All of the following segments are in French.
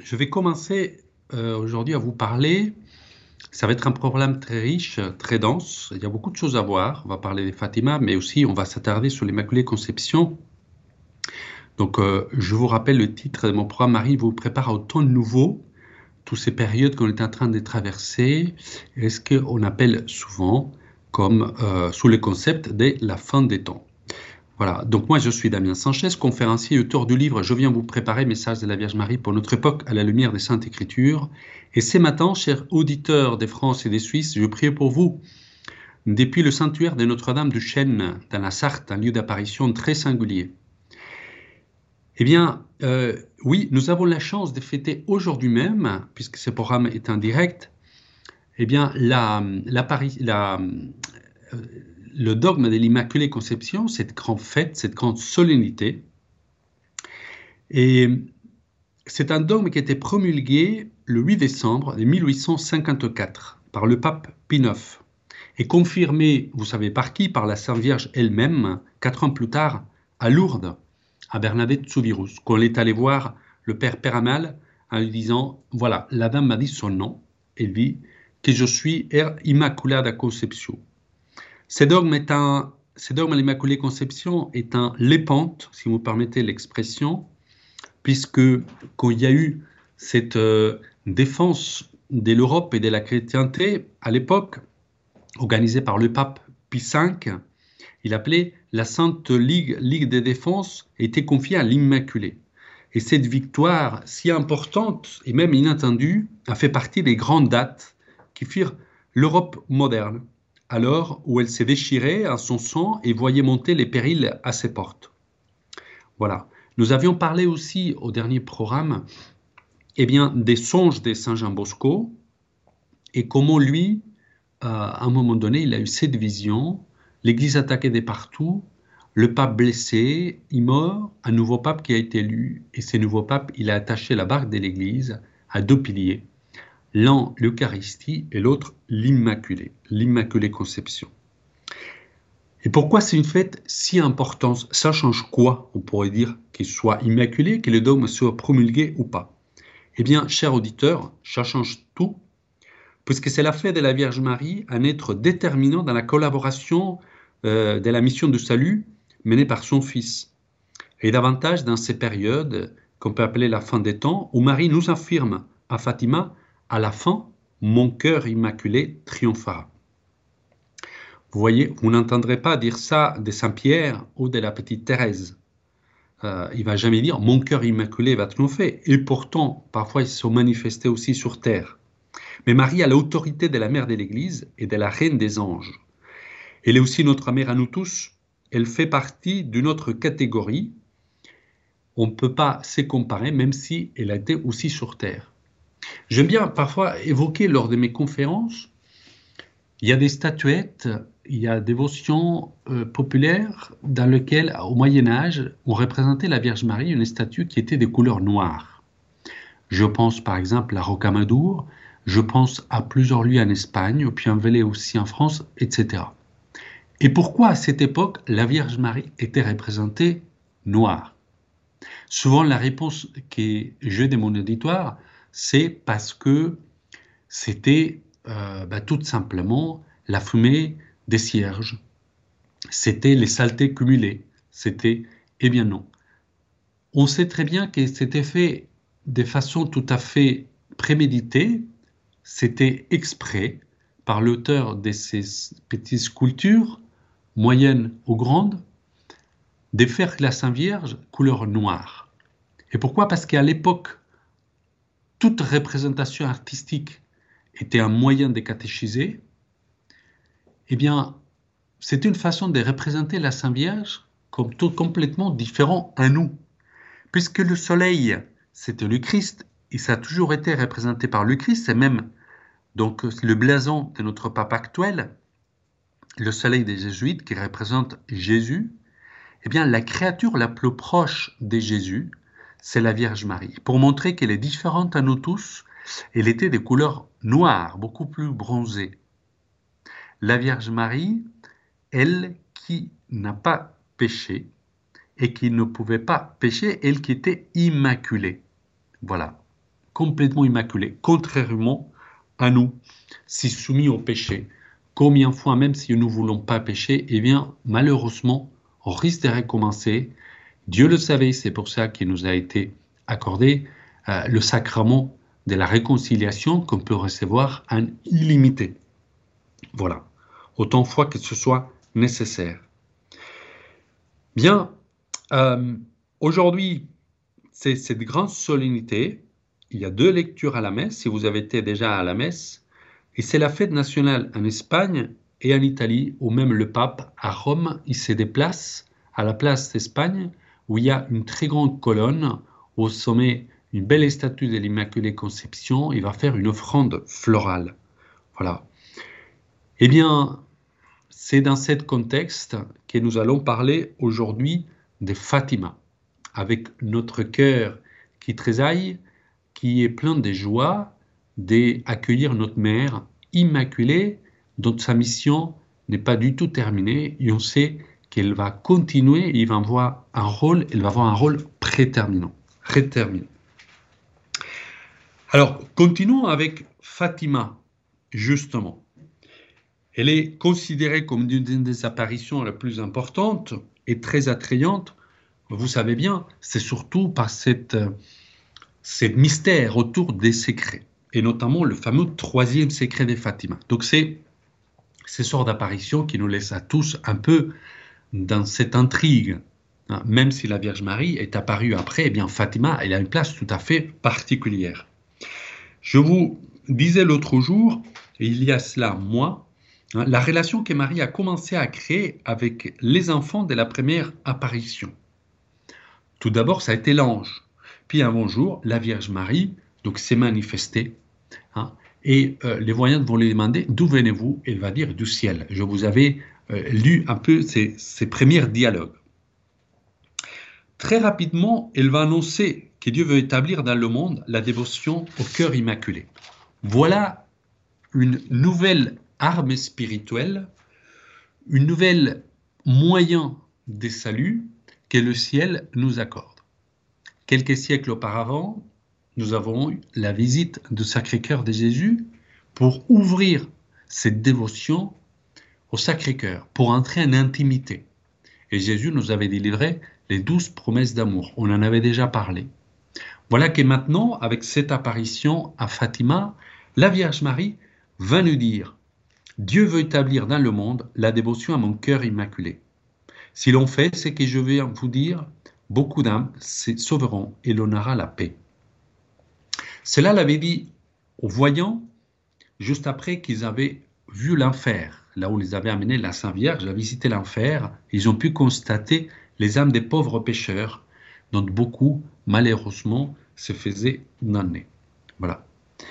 Je vais commencer aujourd'hui à vous parler. Ça va être un programme très riche, très dense. Il y a beaucoup de choses à voir. On va parler des Fatima, mais aussi on va s'attarder sur l'Immaculée Conception. Donc, je vous rappelle le titre de mon programme. Marie vous prépare au temps nouveau, toutes ces périodes qu'on est en train de traverser, et ce qu'on appelle souvent comme sous le concept de la fin des temps. Voilà, donc moi je suis Damien Sanchez, conférencier et auteur du livre Je viens vous préparer, message de la Vierge Marie pour notre époque à la lumière des Saintes Écritures. Et ce matin, chers auditeurs des France et des Suisses, je prie pour vous. Depuis le sanctuaire de Notre-Dame du Chêne, dans la Sarthe, un lieu d'apparition très singulier. Eh bien, oui, nous avons la chance de fêter aujourd'hui même, puisque ce programme est en direct, eh bien, le dogme de l'Immaculée Conception, cette grande fête, cette grande solennité. Et c'est un dogme qui a été promulgué le 8 décembre 1854 par le pape Pie IX et confirmé, vous savez par qui? Par la Sainte Vierge elle-même, 4 ans plus tard, à Lourdes, à Bernadette Soubirous, quand elle est allée voir le père Peramal en lui disant, voilà, la dame m'a dit son nom, elle dit que je suis Immaculada Conception. Ce dogme de l'Immaculée Conception est un lépante, si vous permettez l'expression, puisque quand il y a eu cette défense de l'Europe et de la chrétienté à l'époque, organisée par le pape Pie V, il appelait la Sainte Ligue de défense, était confiée à l'Immaculée. Et cette victoire si importante et même inattendue a fait partie des grandes dates qui firent l'Europe moderne, alors où elle s'est déchirée à son sang et voyait monter les périls à ses portes. Voilà. Nous avions parlé aussi au dernier programme eh bien, des songes de Saint Jean Bosco et comment lui, à un moment donné, il a eu cette vision, l'Église attaquée de partout, le pape blessé, il meurt, un nouveau pape qui a été élu, et ce nouveau pape, il a attaché la barque de l'Église à 2 piliers, l'un l'Eucharistie et l'autre l'Immaculée Conception. Et pourquoi c'est une fête si importante? Ça change quoi? On pourrait dire qu'il soit immaculé, que le dogme soit promulgué ou pas. Eh bien, chers auditeurs, ça change tout, puisque c'est la fête de la Vierge Marie, un être déterminant dans la collaboration de la mission de salut menée par son Fils. Et davantage dans ces périodes qu'on peut appeler la fin des temps, où Marie nous affirme à Fatima, à la fin, mon cœur immaculé triomphera. Vous voyez, vous n'entendrez pas dire ça de Saint-Pierre ou de la petite Thérèse. Il va jamais dire mon cœur immaculé va triompher. Et pourtant, parfois, ils se sont manifestés aussi sur terre. Mais Marie a l'autorité de la mère de l'Église et de la reine des anges. Elle est aussi notre mère à nous tous. Elle fait partie d'une autre catégorie. On ne peut pas se comparer, même si elle a été aussi sur terre. J'aime bien parfois évoquer lors de mes conférences, il y a des statuettes, il y a des dévotions populaires dans lesquelles, au Moyen-Âge, on représentait la Vierge Marie, une statue qui était de couleur noire. Je pense par exemple à Rocamadour, je pense à plusieurs lieux en Espagne, puis en Velay aussi en France, etc. Et pourquoi à cette époque la Vierge Marie était représentée noire? Souvent la réponse que j'ai de mon auditoire, c'est parce que c'était tout simplement la fumée des cierges. C'était les saletés cumulées. C'était, eh bien non. On sait très bien que c'était fait de façon tout à fait préméditée, c'était exprès par l'auteur de ces petites sculptures, moyennes ou grandes, de faire la Sainte Vierge couleur noire. Et pourquoi? Parce qu'à l'époque, toute représentation artistique était un moyen de catéchiser. Eh bien, c'est une façon de représenter la Sainte Vierge comme tout complètement différent à nous. Puisque le soleil, c'était le Christ, et ça a toujours été représenté par le Christ, c'est même donc le blason de notre pape actuel, le soleil des jésuites qui représente Jésus. Eh bien, la créature la plus proche de Jésus, c'est la Vierge Marie. Pour montrer qu'elle est différente à nous tous, elle était de couleur noire, beaucoup plus bronzée. La Vierge Marie, elle qui n'a pas péché et qui ne pouvait pas pécher, elle qui était immaculée. Voilà. complètement immaculée, contrairement à nous, si soumis au péché. Combien de fois, même si nous ne voulons pas pécher, eh bien, malheureusement, on risque de recommencer. Dieu le savait, c'est pour ça qu'il nous a été accordé le sacrement de la réconciliation qu'on peut recevoir en illimité. Voilà, autant de fois que ce soit nécessaire. Bien, aujourd'hui, c'est cette grande solennité. Il y a 2 lectures à la messe, si vous avez été déjà à la messe, et c'est la fête nationale en Espagne et en Italie, où même le pape, à Rome, il se déplace à la place d'Espagne, où il y a une très grande colonne, au sommet, une belle statue de l'Immaculée Conception, il va faire une offrande florale. Voilà. Eh bien, c'est dans ce contexte que nous allons parler aujourd'hui de Fatima, avec notre cœur qui tressaille, qui est plein de joie d'accueillir notre mère immaculée, dont sa mission n'est pas du tout terminée, et on sait qu'elle va continuer, et elle va avoir un rôle préterminant. Alors, continuons avec Fatima, justement. Elle est considérée comme une des apparitions les plus importantes et très attrayantes. Vous savez bien, c'est surtout par ces mystères autour des secrets, et notamment le fameux 3e secret de Fatima. Donc c'est ces sortes d'apparitions qui nous laissent à tous un peu dans cette intrigue. Même si la Vierge Marie est apparue après, eh bien Fatima, elle a une place tout à fait particulière. Je vous disais l'autre jour, et il y a cela un mois, la relation que Marie a commencé à créer avec les enfants de la première apparition. Tout d'abord, ça a été l'ange. Puis un bon jour, la Vierge Marie donc s'est manifestée. Et les voyants vont lui demander d'où venez-vous. Elle va dire du ciel. Je vous avais lu un peu ces premiers dialogues. Très rapidement, elle va annoncer que Dieu veut établir dans le monde la dévotion au cœur immaculé. Voilà une nouvelle arme spirituelle, une nouvelle moyen de salut que le ciel nous accorde. Quelques siècles auparavant, nous avons eu la visite du Sacré-Cœur de Jésus pour ouvrir cette dévotion au Sacré-Cœur, pour entrer en intimité. Et Jésus nous avait délivré les 12 promesses d'amour. On en avait déjà parlé. Voilà que maintenant, avec cette apparition à Fatima, la Vierge Marie va nous dire « Dieu veut établir dans le monde la dévotion à mon cœur immaculé. Si l'on fait ce que je vais vous dire, beaucoup d'âmes se sauveront et l'on aura la paix. » Cela l'avait dit aux voyants juste après qu'ils avaient vu l'enfer, là où ils avaient amené la Sainte Vierge à visiter l'enfer. Ils ont pu constater les âmes des pauvres pécheurs, dont beaucoup, malheureusement, se faisaient damner. Voilà.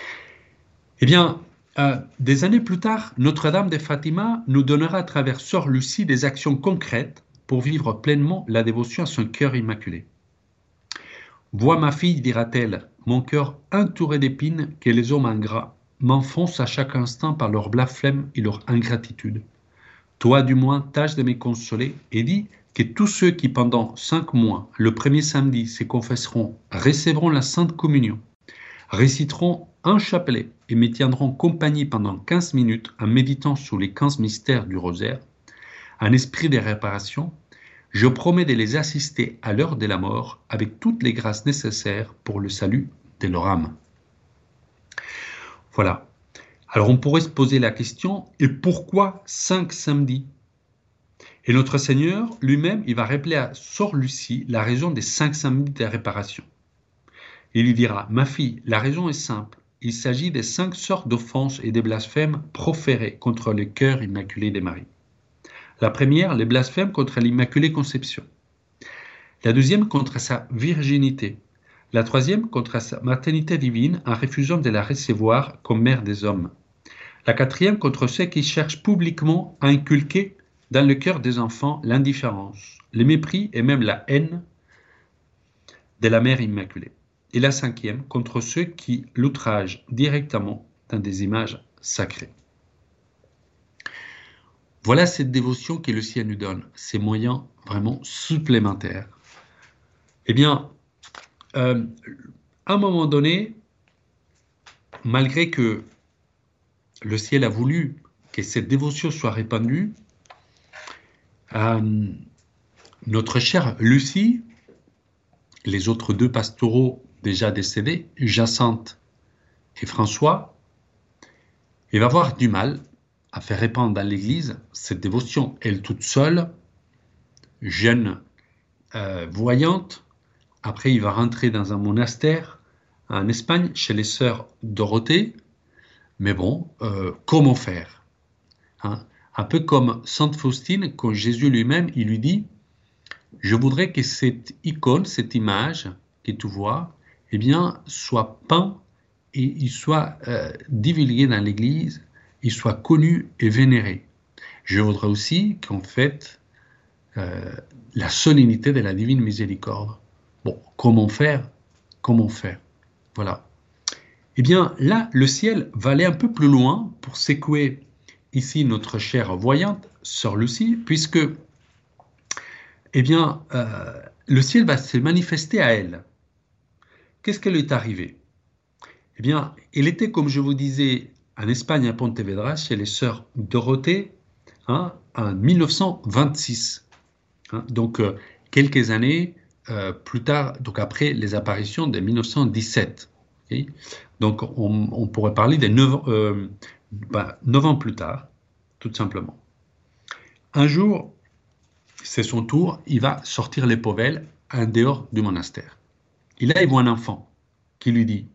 Eh bien, des années plus tard, Notre-Dame de Fatima nous donnera à travers Sœur Lucie des actions concrètes pour vivre pleinement la dévotion à son cœur immaculé. « Vois ma fille, dira-t-elle, mon cœur entouré d'épines que les hommes ingrats m'enfoncent à chaque instant par leur blasphème et leur ingratitude. Toi, du moins, tâche de me consoler et dis que tous ceux qui, pendant 5 mois, le premier samedi, se confesseront, recevront la Sainte Communion, réciteront un chapelet et me tiendront compagnie pendant 15 minutes en méditant sur les 15 mystères du rosaire, un esprit de réparation, je promets de les assister à l'heure de la mort avec toutes les grâces nécessaires pour le salut de leur âme. » Voilà. Alors on pourrait se poser la question, et pourquoi 5 samedis? Et notre Seigneur lui-même, il va rappeler à Sœur Lucie la raison des 5 samedis de réparation. Il lui dira, ma fille, la raison est simple. Il s'agit des 5 sortes d'offenses et de blasphèmes proférés contre le cœur immaculé de Marie. La première, les blasphèmes contre l'Immaculée Conception. La deuxième, contre sa virginité. La troisième, contre sa maternité divine, en refusant de la recevoir comme mère des hommes. La quatrième, contre ceux qui cherchent publiquement à inculquer dans le cœur des enfants l'indifférence, le mépris et même la haine de la mère immaculée. Et la cinquième, contre ceux qui l'outragent directement dans des images sacrées. Voilà cette dévotion que le ciel nous donne, ces moyens vraiment supplémentaires. Eh bien, à un moment donné, malgré que le ciel a voulu que cette dévotion soit répandue, notre chère Lucie, les autres deux pastoraux déjà décédés, Jacinthe et François, il va avoir du mal à faire répandre dans l'Église cette dévotion. Elle toute seule, jeune, voyante. Après, il va rentrer dans un monastère en Espagne, chez les sœurs Dorothée. Mais bon, comment faire, hein? Un peu comme Sainte Faustine, quand Jésus lui-même, il lui dit « Je voudrais que cette icône, cette image que tu vois, eh bien, soit peint et il soit divulgué dans l'Église, il soit connu et vénéré. Je voudrais aussi qu'on fête la solennité de la divine miséricorde. » Bon, comment faire? Comment faire? Voilà. Eh bien, là, le ciel va aller un peu plus loin pour secouer ici notre chère voyante, sœur Lucie, puisque, eh bien, le ciel va se manifester à elle. Qu'est-ce qu'elle est arrivée? Eh bien, elle était, comme je vous disais, en Espagne, à Pontevedra, chez les sœurs Dorothée, hein, en 1926. Hein, donc, quelques années plus tard, donc après les apparitions de 1917. Okay. Donc, on pourrait parler des 9 ans plus tard, tout simplement. Un jour, c'est son tour, il va sortir les poubelles en dehors du monastère. Et là, il voit un enfant qui lui dit,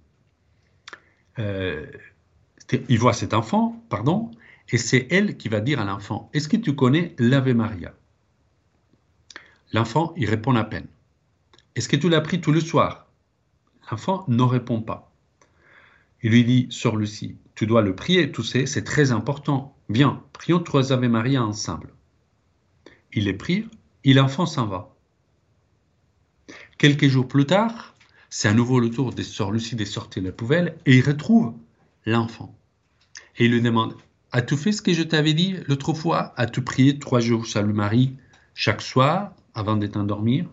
il voit cet enfant, pardon, et c'est elle qui va dire à l'enfant, est-ce que tu connais l'Ave Maria? L'enfant, il répond à peine. Est-ce que tu l'as pris tout le soir? L'enfant ne répond pas. Il lui dit, sœur Lucie, tu dois le prier, tu sais, c'est très important. Viens, prions 3 Ave Maria ensemble. Il les prie et l'enfant s'en va. Quelques jours plus tard, c'est à nouveau le tour de sœur Lucie de sortir la poubelle et il retrouve l'enfant. Et il lui demande, as-tu fait ce que je t'avais dit l'autre fois? As-tu prié 3 jours Salut Marie chaque soir avant de t'endormir?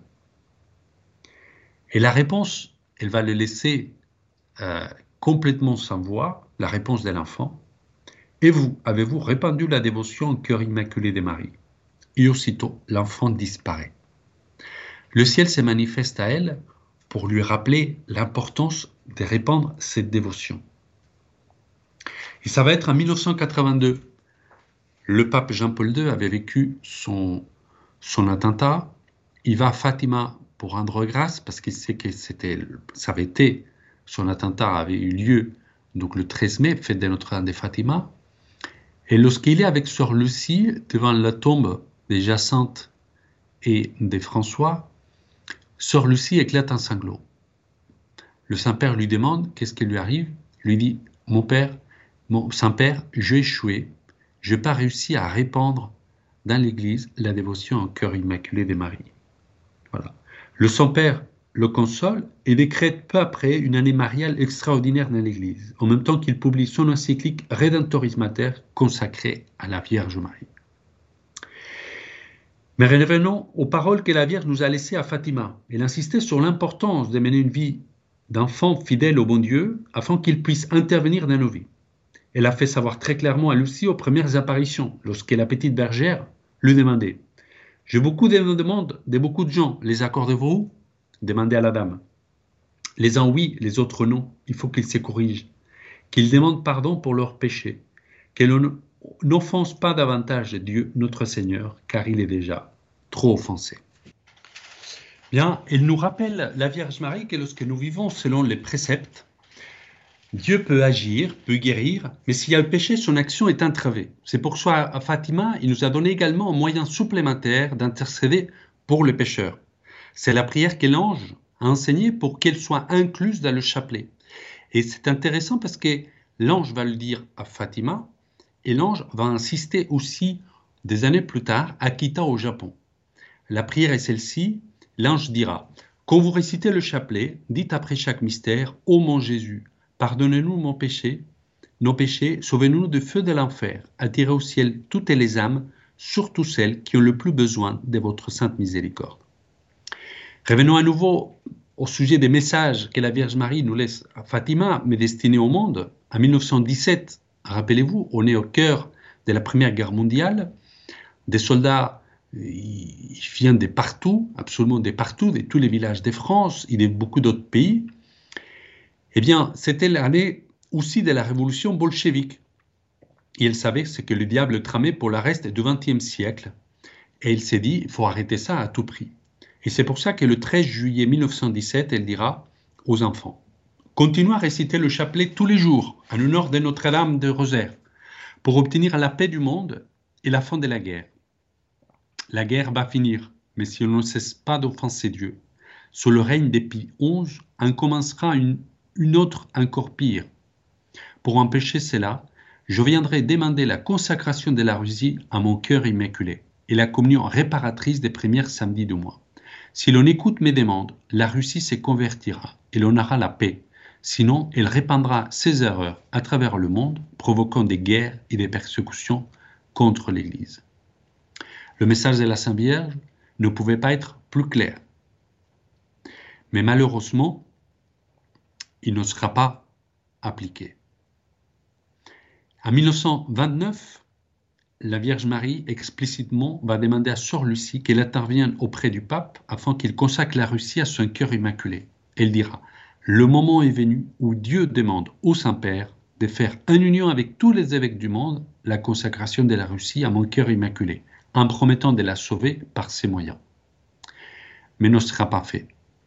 Et la réponse, elle va le laisser complètement sans voix, la réponse de l'enfant. Et vous, avez-vous répandu la dévotion au cœur immaculé de Marie? Et aussitôt, l'enfant disparaît. Le ciel se manifeste à elle pour lui rappeler l'importance de répandre cette dévotion. Et ça va être en 1982. Le pape Jean-Paul II avait vécu son attentat. Il va à Fatima pour rendre grâce parce qu'il sait que son attentat avait eu lieu donc le 13 mai, fête de Notre-Dame de Fatima. Et lorsqu'il est avec sœur Lucie devant la tombe de Jacinthe et de François, sœur Lucie éclate en sanglots. Le Saint-Père lui demande qu'est-ce qui lui arrive. Il lui dit, mon Saint-Père, j'ai échoué, je n'ai pas réussi à répandre dans l'Église la dévotion au cœur immaculé de Marie. Voilà. Le Saint-Père le console et décrète peu après une année mariale extraordinaire dans l'Église, en même temps qu'il publie son encyclique Redemptoris Mater consacrée à la Vierge Marie. Mais revenons aux paroles que la Vierge nous a laissées à Fatima. Elle insistait sur l'importance de mener une vie d'enfant fidèle au bon Dieu afin qu'il puisse intervenir dans nos vies. Elle a fait savoir très clairement à Lucie aux premières apparitions, lorsque la petite bergère lui demandait « J'ai beaucoup de demandes de beaucoup de gens, les accordez-vous » demandait à la dame. Les uns oui, les autres non, il faut qu'ils se corrigent, qu'ils demandent pardon pour leurs péchés, que l'on n'offense pas davantage Dieu, notre Seigneur, car il est déjà trop offensé. Bien, il nous rappelle, la Vierge Marie, que lorsque nous vivons selon les préceptes, Dieu peut agir, peut guérir, mais s'il y a le péché, son action est entravée. C'est pour ça, à Fatima, il nous a donné également un moyen supplémentaire d'intercéder pour les pécheurs. C'est la prière que l'ange a enseignée pour qu'elle soit incluse dans le chapelet. Et c'est intéressant parce que l'ange va le dire à Fatima, et l'ange va insister aussi des années plus tard à Kita au Japon. La prière est celle-ci, l'ange dira « Quand vous récitez le chapelet, dites après chaque mystère « Ô mon Jésus, pardonnez-nous nos péchés, sauvez-nous du feu de l'enfer, attirez au ciel toutes les âmes, surtout celles qui ont le plus besoin de votre sainte miséricorde. » Revenons à nouveau au sujet des messages que la Vierge Marie nous laisse à Fatima, mais destinés au monde. En 1917, rappelez-vous, on est au cœur de la Première Guerre mondiale. Des soldats, ils viennent de partout, absolument de partout, de tous les villages de France et de beaucoup d'autres pays. Eh bien, c'était l'année aussi de la révolution bolchevique. Et elle savait ce que le diable tramait pour le reste du XXe siècle. Et il s'est dit, il faut arrêter ça à tout prix. Et c'est pour ça que le 13 juillet 1917, elle dira aux enfants, continuez à réciter le chapelet tous les jours en l'honneur de Notre-Dame de Rosaire pour obtenir la paix du monde et la fin de la guerre. La guerre va finir, mais si on ne cesse pas d'offenser Dieu, sous le règne des Pie XI, en commencera une autre encore pire. Pour empêcher cela, je viendrai demander la consacration de la Russie à mon cœur immaculé et la communion réparatrice des premiers samedis du mois. Si l'on écoute mes demandes, la Russie se convertira et l'on aura la paix. Sinon, elle répandra ses erreurs à travers le monde, provoquant des guerres et des persécutions contre l'Église. Le message de la Sainte Vierge ne pouvait pas être plus clair. Mais malheureusement, il ne sera pas appliqué. En 1929, la Vierge Marie explicitement va demander à Sœur Lucie qu'elle intervienne auprès du pape afin qu'il consacre la Russie à son cœur immaculé. Elle dira, le moment est venu où Dieu demande au Saint-Père de faire en union avec tous les évêques du monde la consacration de la Russie à mon cœur immaculé, en promettant de la sauver par ses moyens. Mais ne sera pas fait.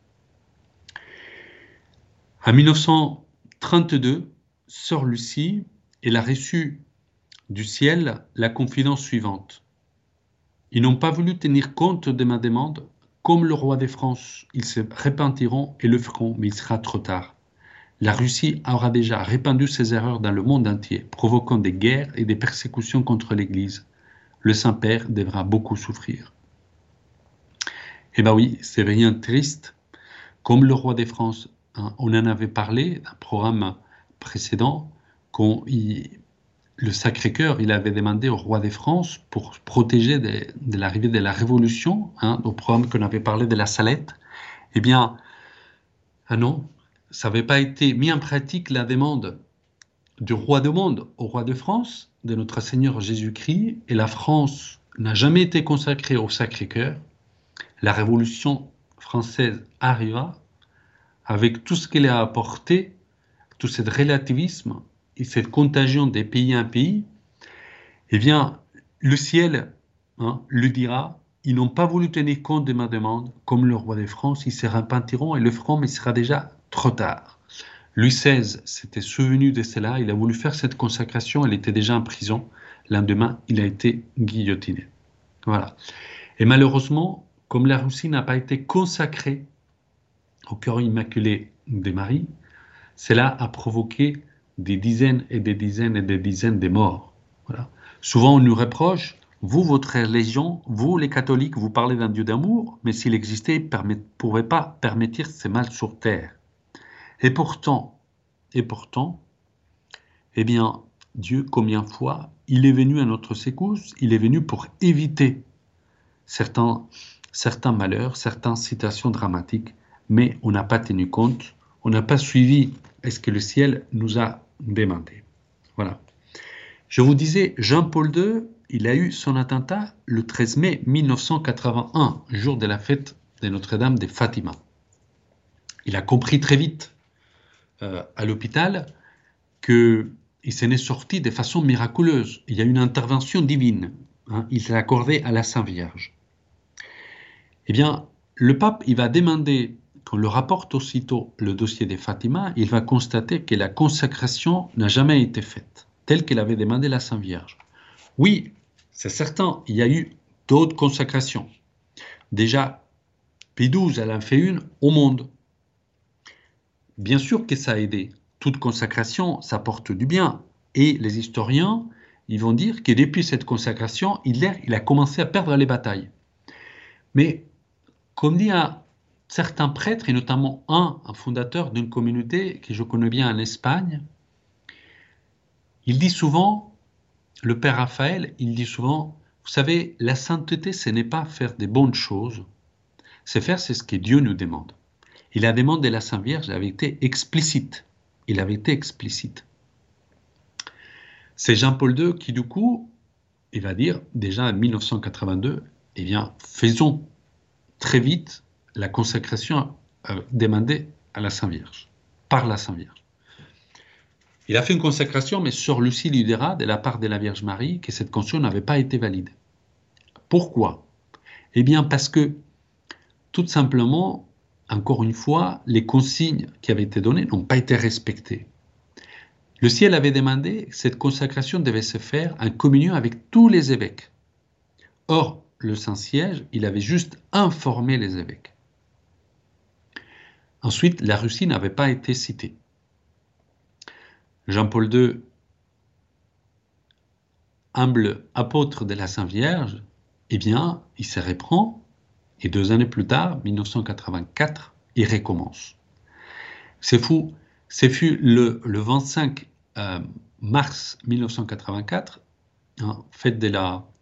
En 1932, Sœur Lucie, elle a reçu du ciel la confidence suivante. Ils n'ont pas voulu tenir compte de ma demande, comme le roi de France. Ils se repentiront et le feront, mais il sera trop tard. La Russie aura déjà répandu ses erreurs dans le monde entier, provoquant des guerres et des persécutions contre l'Église. Le Saint-Père devra beaucoup souffrir. Eh bien oui, c'est rien de triste. Comme le roi de France, hein, on en avait parlé dans un programme précédent, quand le Sacré-Cœur, il avait demandé au roi de France pour protéger de l'arrivée de la Révolution, hein, au programme qu'on avait parlé de la Salette. Eh bien, ah non, ça n'avait pas été mis en pratique la demande du roi du monde au roi de France, de notre Seigneur Jésus-Christ, et la France n'a jamais été consacrée au Sacré-Cœur. La Révolution française arriva avec tout ce qu'elle a apporté, tout ce relativisme et cette contagion des pays à un pays. Eh bien, le ciel le dira, ils n'ont pas voulu tenir compte de ma demande, comme le roi de France, ils se repentiront et le feront, mais il sera déjà trop tard. Louis XVI s'était souvenu de cela, il a voulu faire cette consacration, il était déjà en prison. Le lendemain, il a été guillotiné. Voilà. Et malheureusement, comme la Russie n'a pas été consacrée au cœur immaculé de Marie, cela a provoqué des dizaines et des dizaines et des dizaines de morts. Voilà. Souvent, on nous reproche, vous, votre religion, vous, les catholiques, vous parlez d'un Dieu d'amour, mais s'il existait, il ne pouvait pas permettre ces mal sur terre. Et pourtant, eh bien, Dieu, combien de fois, il est venu à notre secours, il est venu pour éviter certains malheurs, certaines situations dramatiques, mais on n'a pas tenu compte, on n'a pas suivi ce que le ciel nous a demandé. Voilà. Je vous disais, Jean-Paul II, il a eu son attentat le 13 mai 1981, jour de la fête de Notre-Dame de Fatima. Il a compris très vite à l'hôpital qu'il s'en est sorti de façon miraculeuse. Il y a une intervention divine. Il s'est accordé à la Sainte Vierge. Eh bien, le pape, il va demander, qu'on le rapporte aussitôt le dossier de Fatima, il va constater que la consacration n'a jamais été faite, telle qu'elle avait demandé la Sainte Vierge. Oui, c'est certain, il y a eu d'autres consacrations. Déjà, Pie XII, elle en fait une au monde. Bien sûr que ça a aidé. Toute consacration, ça porte du bien. Et les historiens, ils vont dire que depuis cette consacration, il a commencé à perdre les batailles. Mais, comme dit certains prêtres, et notamment un fondateur d'une communauté que je connais bien en Espagne, il dit souvent, le père Raphaël, il dit souvent, vous savez, la sainteté, ce n'est pas faire des bonnes choses, c'est faire ce que Dieu nous demande. Et la demande de la Sainte Vierge avait été explicite. Il avait été explicite. C'est Jean-Paul II qui, du coup, il va dire, déjà en 1982, eh bien, faisons très vite la consacration demandée à la Sainte Vierge, par la Sainte Vierge. Il a fait une consacration, mais sur Lucie Ludera, de la part de la Vierge Marie, que cette consacration n'avait pas été valide. Pourquoi? Eh bien, parce que, tout simplement, encore une fois, les consignes qui avaient été données n'ont pas été respectées. Le ciel avait demandé que cette consacration devait se faire en communion avec tous les évêques. Or, le Saint-Siège, il avait juste informé les évêques. Ensuite, la Russie n'avait pas été citée. Jean-Paul II, humble apôtre de la Sainte Vierge, eh bien, il se reprend, et 2 années plus tard, 1984, il recommence. C'est fou, ce fut le 25 mars 1984, hein, fête de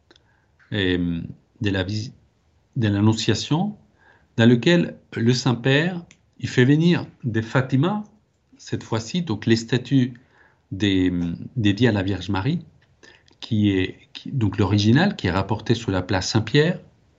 l'Annonciation, dans lequel le Saint-Père, il fait venir de Fatima, cette fois-ci, donc les statues dédiées à la Vierge Marie, donc l'original, qui est rapporté sur la place Saint-Pierre.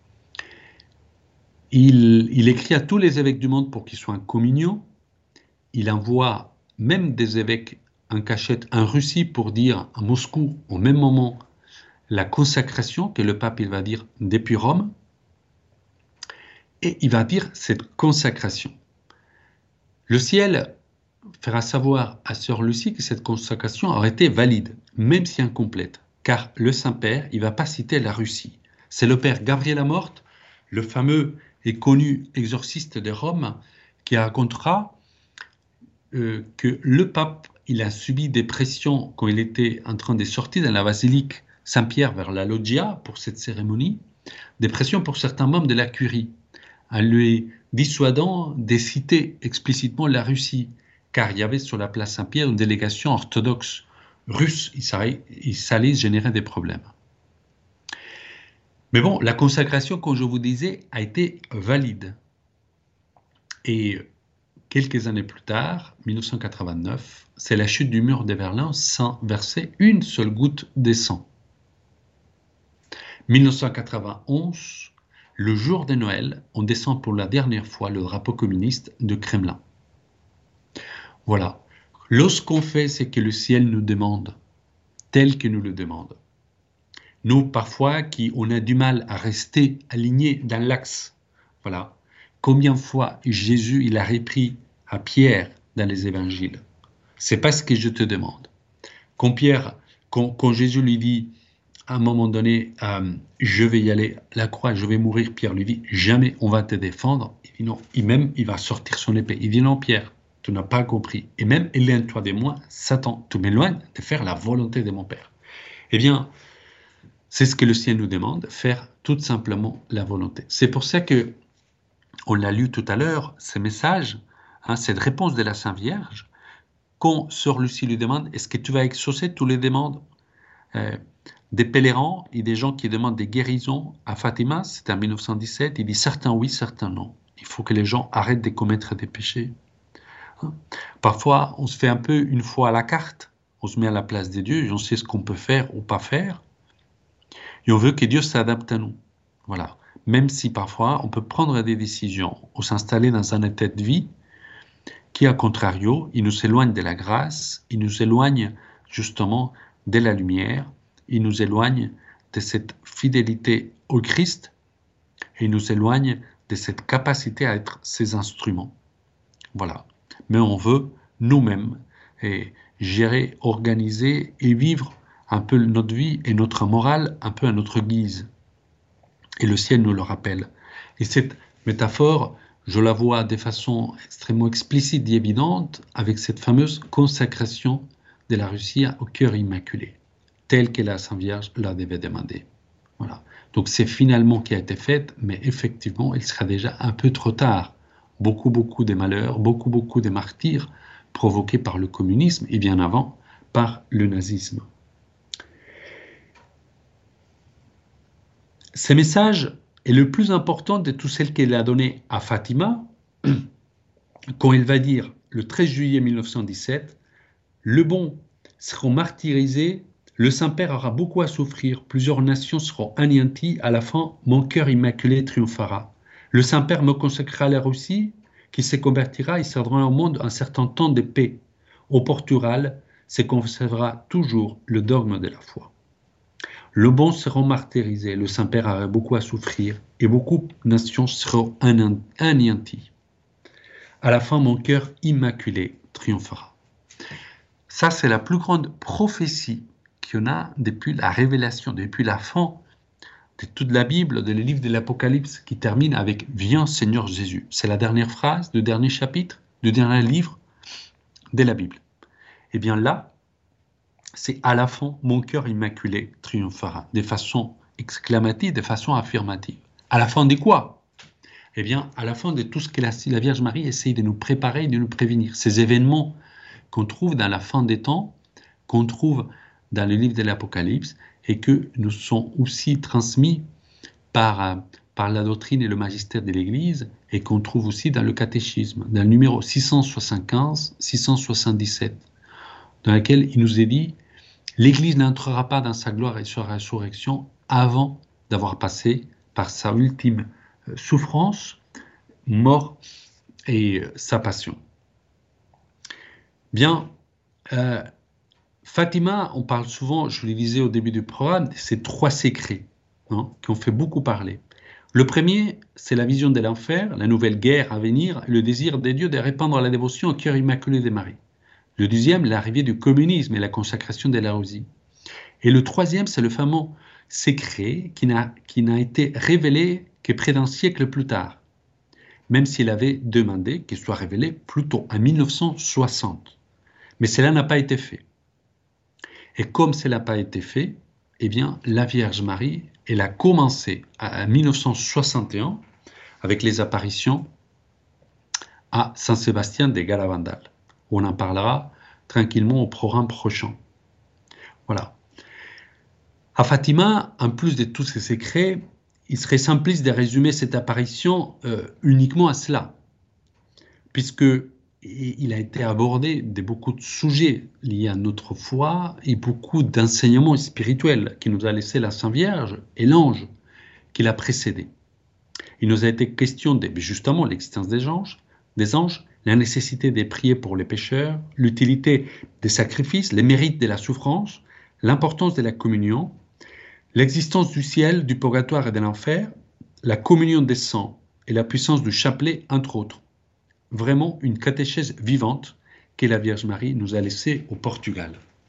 Il écrit à tous les évêques du monde pour qu'ils soient en communion. Il envoie même des évêques en cachette en Russie pour dire à Moscou, au même moment, la consacration que le pape il va dire depuis Rome. Et il va dire cette consacration. Le ciel fera savoir à Sœur Lucie que cette consacration aurait été valide, même si incomplète, car le Saint-Père, il ne va pas citer la Russie. C'est le Père Gabriel Amorth, le fameux et connu exorciste de Rome, qui racontera que le pape, il a subi des pressions quand il était en train de sortir dans la basilique Saint-Pierre vers la loggia pour cette cérémonie, des pressions pour certains membres de la curie, en lui dissuadant de citer explicitement la Russie, car il y avait sur la place Saint-Pierre une délégation orthodoxe russe, ça allait générer des problèmes. Mais bon, la consacration, comme je vous disais, a été valide. Et quelques années plus tard, 1989, c'est la chute du mur de Berlin sans verser une seule goutte de sang. 1991, le jour de Noël, on descend pour la dernière fois le drapeau communiste de Kremlin. Voilà. Lorsqu'on fait ce que le ciel nous demande, tel que nous le demande, nous, parfois, on a du mal à rester alignés dans l'axe. Voilà. Combien de fois Jésus, il a repris à Pierre dans les évangiles. C'est pas ce que je te demande. Quand Jésus lui dit, à un moment donné, je vais y aller, la croix, je vais mourir, Pierre lui dit, jamais on va te défendre. Il dit non, il va sortir son épée. Il dit non, Pierre, tu n'as pas compris. Et même, éloigne-toi de moi, Satan, tu m'éloignes de faire la volonté de mon Père. Eh bien, c'est ce que le ciel nous demande, faire tout simplement la volonté. C'est pour ça que, on l'a lu tout à l'heure, ce message, cette réponse de la Sainte Vierge, quand Sœur Lucie lui demande, est-ce que tu vas exaucer tous les demandes des pèlerins et des gens qui demandent des guérisons à Fatima, c'était en 1917, il dit certains oui, certains non. Il faut que les gens arrêtent de commettre des péchés. Parfois, on se fait un peu une fois à la carte, on se met à la place de Dieu et on sait ce qu'on peut faire ou pas faire. Et on veut que Dieu s'adapte à nous. Voilà. Même si parfois, on peut prendre des décisions ou s'installer dans un état de vie qui, à contrario, il nous éloigne de la grâce, il nous éloigne justement de la lumière, il nous éloigne de cette fidélité au Christ et il nous éloigne de cette capacité à être ses instruments. Voilà. Mais on veut nous-mêmes gérer, organiser et vivre un peu notre vie et notre morale un peu à notre guise. Et le ciel nous le rappelle. Et cette métaphore, je la vois de façon extrêmement explicite et évidente avec cette fameuse consacration de la Russie au cœur immaculé, telle que la Sainte Vierge la devait demander. Voilà. Donc c'est finalement qui a été faite, mais effectivement, il sera déjà un peu trop tard. Beaucoup de malheurs, beaucoup de martyrs provoqués par le communisme et bien avant par le nazisme. Ce message est le plus important de tout celle qu'elle a donné à Fatima, quand il va dire, le 13 juillet 1917, le bon seront martyrisés, le Saint-Père aura beaucoup à souffrir, plusieurs nations seront anéanties, à la fin, mon cœur immaculé triomphera. Le Saint-Père me consacrera la Russie, qui se convertira et servira au monde un certain temps de paix. Au Portugal, se conservera toujours le dogme de la foi. Le bon seront martyrisés, le Saint-Père aura beaucoup à souffrir, et beaucoup de nations seront anéanties. À la fin, mon cœur immaculé triomphera. Ça, c'est la plus grande prophétie qu'il y en a depuis la révélation, depuis la fin de toute la Bible, de le livre de l'Apocalypse, qui termine avec « Viens Seigneur Jésus ». C'est la dernière phrase, le dernier chapitre, le dernier livre de la Bible. Et bien là, c'est à la fin, mon cœur immaculé triomphera, de façon exclamative, de façon affirmative. À la fin de quoi? Eh bien, à la fin de tout ce que la Vierge Marie essaye de nous préparer, de nous prévenir. Ces événements qu'on trouve dans la fin des temps, qu'on trouve dans le livre de l'Apocalypse, et que nous sont aussi transmis par la doctrine et le magistère de l'Église, et qu'on trouve aussi dans le catéchisme, dans le numéro 675-677, dans lequel il nous est dit « L'Église n'entrera pas dans sa gloire et sa résurrection avant d'avoir passé par sa ultime souffrance, mort et sa passion. » Bien, Fatima, on parle souvent, je vous le disais au début du programme, de ces trois secrets qui ont fait beaucoup parler. Le premier, c'est la vision de l'enfer, la nouvelle guerre à venir, le désir des dieux de répandre la dévotion au cœur immaculé de Marie. Le deuxième, l'arrivée du communisme et la consacration de la Russie. Et le troisième, c'est le fameux secret qui n'a été révélé que près d'un siècle plus tard, même s'il avait demandé qu'il soit révélé plus tôt, en 1960. Mais cela n'a pas été fait. Et comme cela n'a pas été fait, eh bien, la Vierge Marie, elle a commencé en 1961 avec les apparitions à Saint-Sébastien des Galavandal. On en parlera tranquillement au programme prochain. Voilà. À Fatima, en plus de tous ces secrets, il serait simpliste de résumer cette apparition uniquement à cela, puisque il a été abordé de beaucoup de sujets liés à notre foi et beaucoup d'enseignements spirituels qui nous a laissé la Sainte Vierge et l'ange qui l'a précédé. Il nous a été question de justement l'existence des anges, la nécessité de prier pour les pécheurs, l'utilité des sacrifices, les mérites de la souffrance, l'importance de la communion, l'existence du ciel, du purgatoire et de l'enfer, la communion des saints et la puissance du chapelet, entre autres. Vraiment une catéchèse vivante que la Vierge Marie nous a laissée au Portugal.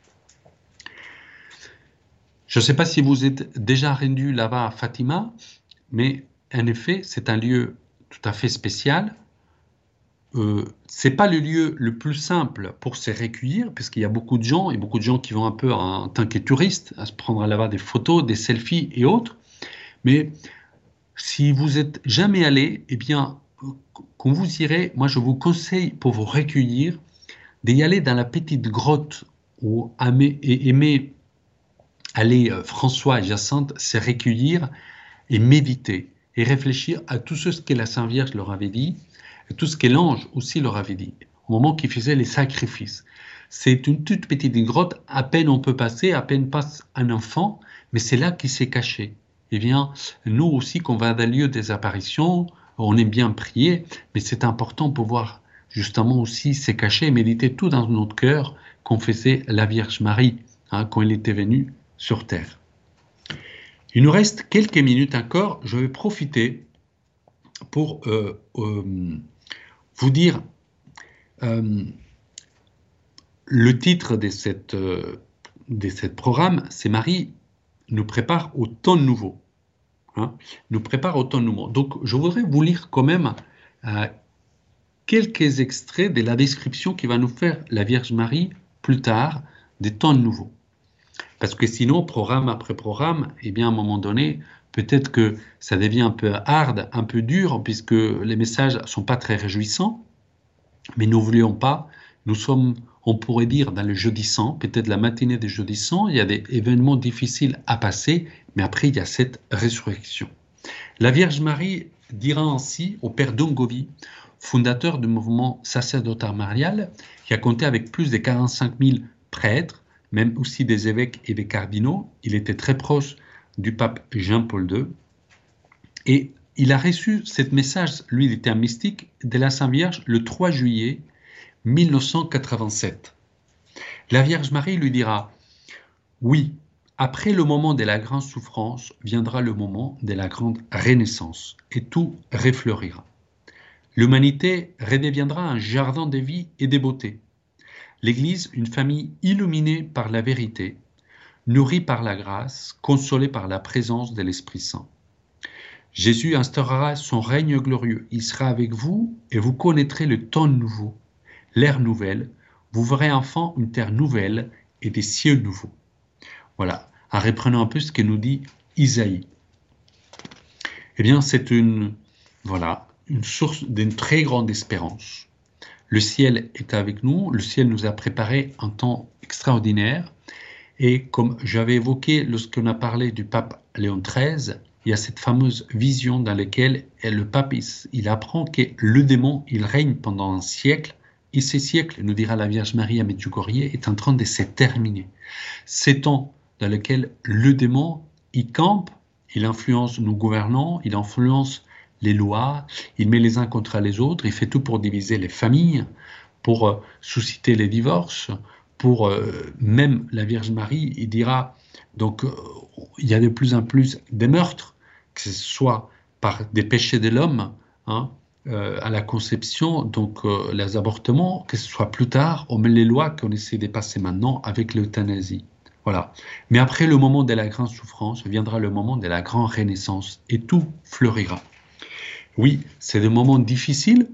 Je ne sais pas si vous êtes déjà rendu là-bas à Fatima, mais en effet, c'est un lieu tout à fait spécial. C'est pas le lieu le plus simple pour se recueillir, puisqu'il y a beaucoup de gens, et beaucoup de gens qui vont un peu en tant que touristes, à se prendre là-bas des photos, des selfies et autres. Mais si vous êtes jamais allé, eh bien, quand vous irez, moi je vous conseille pour vous recueillir d'y aller dans la petite grotte où aimait aller François et Jacinthe se recueillir et méditer et réfléchir à tout ce que la Sainte Vierge leur avait dit, et tout ce que l'ange aussi leur avait dit, au moment qu'ils faisaient les sacrifices. C'est une toute petite grotte, à peine on peut passer, à peine passe un enfant, mais c'est là qu'il s'est caché. Eh bien, nous aussi, quand on va dans le lieu des apparitions, on aime bien prier, mais c'est important pour pouvoir justement aussi se cacher et méditer tout dans notre cœur qu'on faisait la Vierge Marie quand elle était venue sur terre. Il nous reste quelques minutes encore, je vais profiter pour vous dire le titre de cette programme, c'est Marie nous prépare au temps nouveau. Nous prépare au temps nouveau. Donc, je voudrais vous lire quand même quelques extraits de la description qui va nous faire la Vierge Marie plus tard des temps nouveaux. Parce que sinon, programme après programme, eh bien, à un moment donné, peut-être que ça devient un peu hard, un peu dur, puisque les messages ne sont pas très réjouissants. Mais n'oublions pas, nous sommes, on pourrait dire, dans le jeudi saint, peut-être la matinée du jeudi saint, il y a des événements difficiles à passer, mais après, il y a cette résurrection. La Vierge Marie dira ainsi au Père Dongovi: fondateur du mouvement sacerdotal marial, qui a compté avec plus de 45 000 prêtres, même aussi des évêques et des cardinaux. Il était très proche du pape Jean-Paul II. Et il a reçu ce message, lui il était un mystique, de la Sainte Vierge le 3 juillet 1987. La Vierge Marie lui dira « Oui, après le moment de la grande souffrance viendra le moment de la grande renaissance et tout refleurira. L'humanité redeviendra un jardin de vie et de beauté. L'Église, une famille illuminée par la vérité, nourrie par la grâce, consolée par la présence de l'Esprit Saint. Jésus instaurera son règne glorieux. Il sera avec vous et vous connaîtrez le temps nouveau, l'ère nouvelle. Vous verrez enfin une terre nouvelle et des cieux nouveaux. » Voilà, en reprenant un peu ce que nous dit Isaïe. Eh bien, c'est une source d'une très grande espérance. Le ciel est avec nous, le ciel nous a préparé un temps extraordinaire. Et comme j'avais évoqué lorsqu'on a parlé du pape Léon XIII, il y a cette fameuse vision dans laquelle le pape il apprend que le démon il règne pendant un siècle, et ce siècle, nous dira la Vierge Marie à Medjugorje, est en train de se terminer. C'est temps dans lequel le démon il campe, il influence nos gouvernants, il influence les lois, il met les uns contre les autres, il fait tout pour diviser les familles, pour susciter les divorces, pour même la Vierge Marie, il dira, donc il y a de plus en plus des meurtres, que ce soit par des péchés de l'homme, à la conception, donc les avortements, que ce soit plus tard, on met les lois qu'on essaie de passer maintenant avec l'euthanasie. Voilà. Mais après le moment de la grande souffrance, viendra le moment de la grande renaissance et tout fleurira. Oui, c'est des moments difficiles,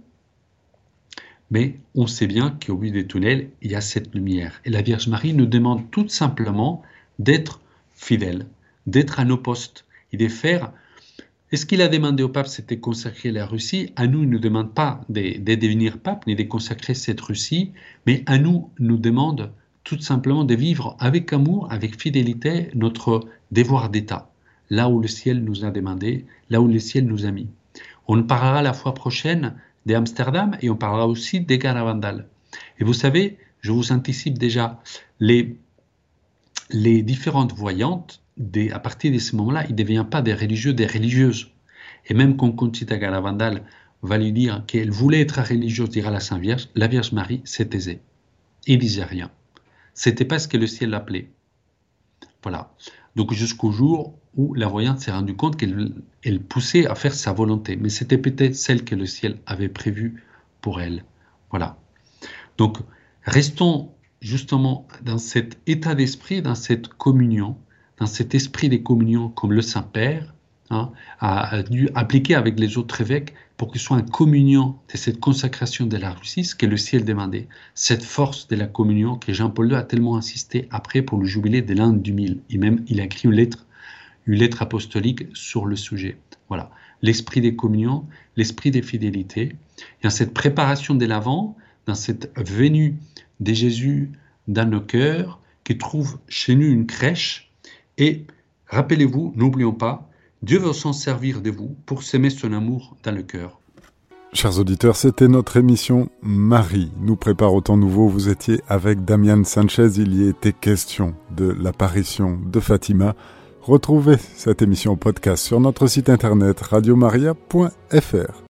mais on sait bien qu'au bout des tunnels, il y a cette lumière. Et la Vierge Marie nous demande tout simplement d'être fidèles, d'être à nos postes et de faire. Et ce qu'il a demandé au pape, c'était consacrer la Russie. À nous, il ne nous demande pas de devenir pape ni de consacrer cette Russie, mais à nous demande tout simplement de vivre avec amour, avec fidélité, notre devoir d'État, là où le ciel nous a demandé, là où le ciel nous a mis. On parlera la fois prochaine d'Amsterdam et on parlera aussi des Garavandal. Et vous savez, je vous anticipe déjà, les différentes voyantes, à partir de ce moment-là, ils ne deviennent pas des religieux, des religieuses. Et même quand Conchita Garavandal va lui dire qu'elle voulait être religieuse, dira la Sainte Vierge, la Vierge Marie s'est taisée. Il ne disait rien. C'était pas ce que le ciel l'appelait. Voilà. Donc jusqu'au jour où la voyante s'est rendue compte qu'elle poussait à faire sa volonté. Mais c'était peut-être celle que le ciel avait prévue pour elle. Voilà. Donc restons justement dans cet état d'esprit, dans cette communion, dans cet esprit de communion comme le Saint-Père a dû appliquer avec les autres évêques pour qu'il soit en communion de cette consacration de la Russie, ce que le ciel demandait, cette force de la communion que Jean-Paul II a tellement insisté après pour le jubilé de l'an 2000. Et même, il a écrit une lettre apostolique sur le sujet. Voilà, l'esprit des communions, l'esprit des fidélités. Et dans cette préparation de l'Avent, dans cette venue de Jésus dans nos cœurs, qui trouve chez nous une crèche. Et rappelez-vous, n'oublions pas, Dieu veut s'en servir de vous pour s'aimer son amour dans le cœur. Chers auditeurs, c'était notre émission Marie nous prépare au temps nouveau. Vous étiez avec Damian Sanchez. Il y était question de l'apparition de Fatima. Retrouvez cette émission podcast sur notre site internet radiomaria.fr.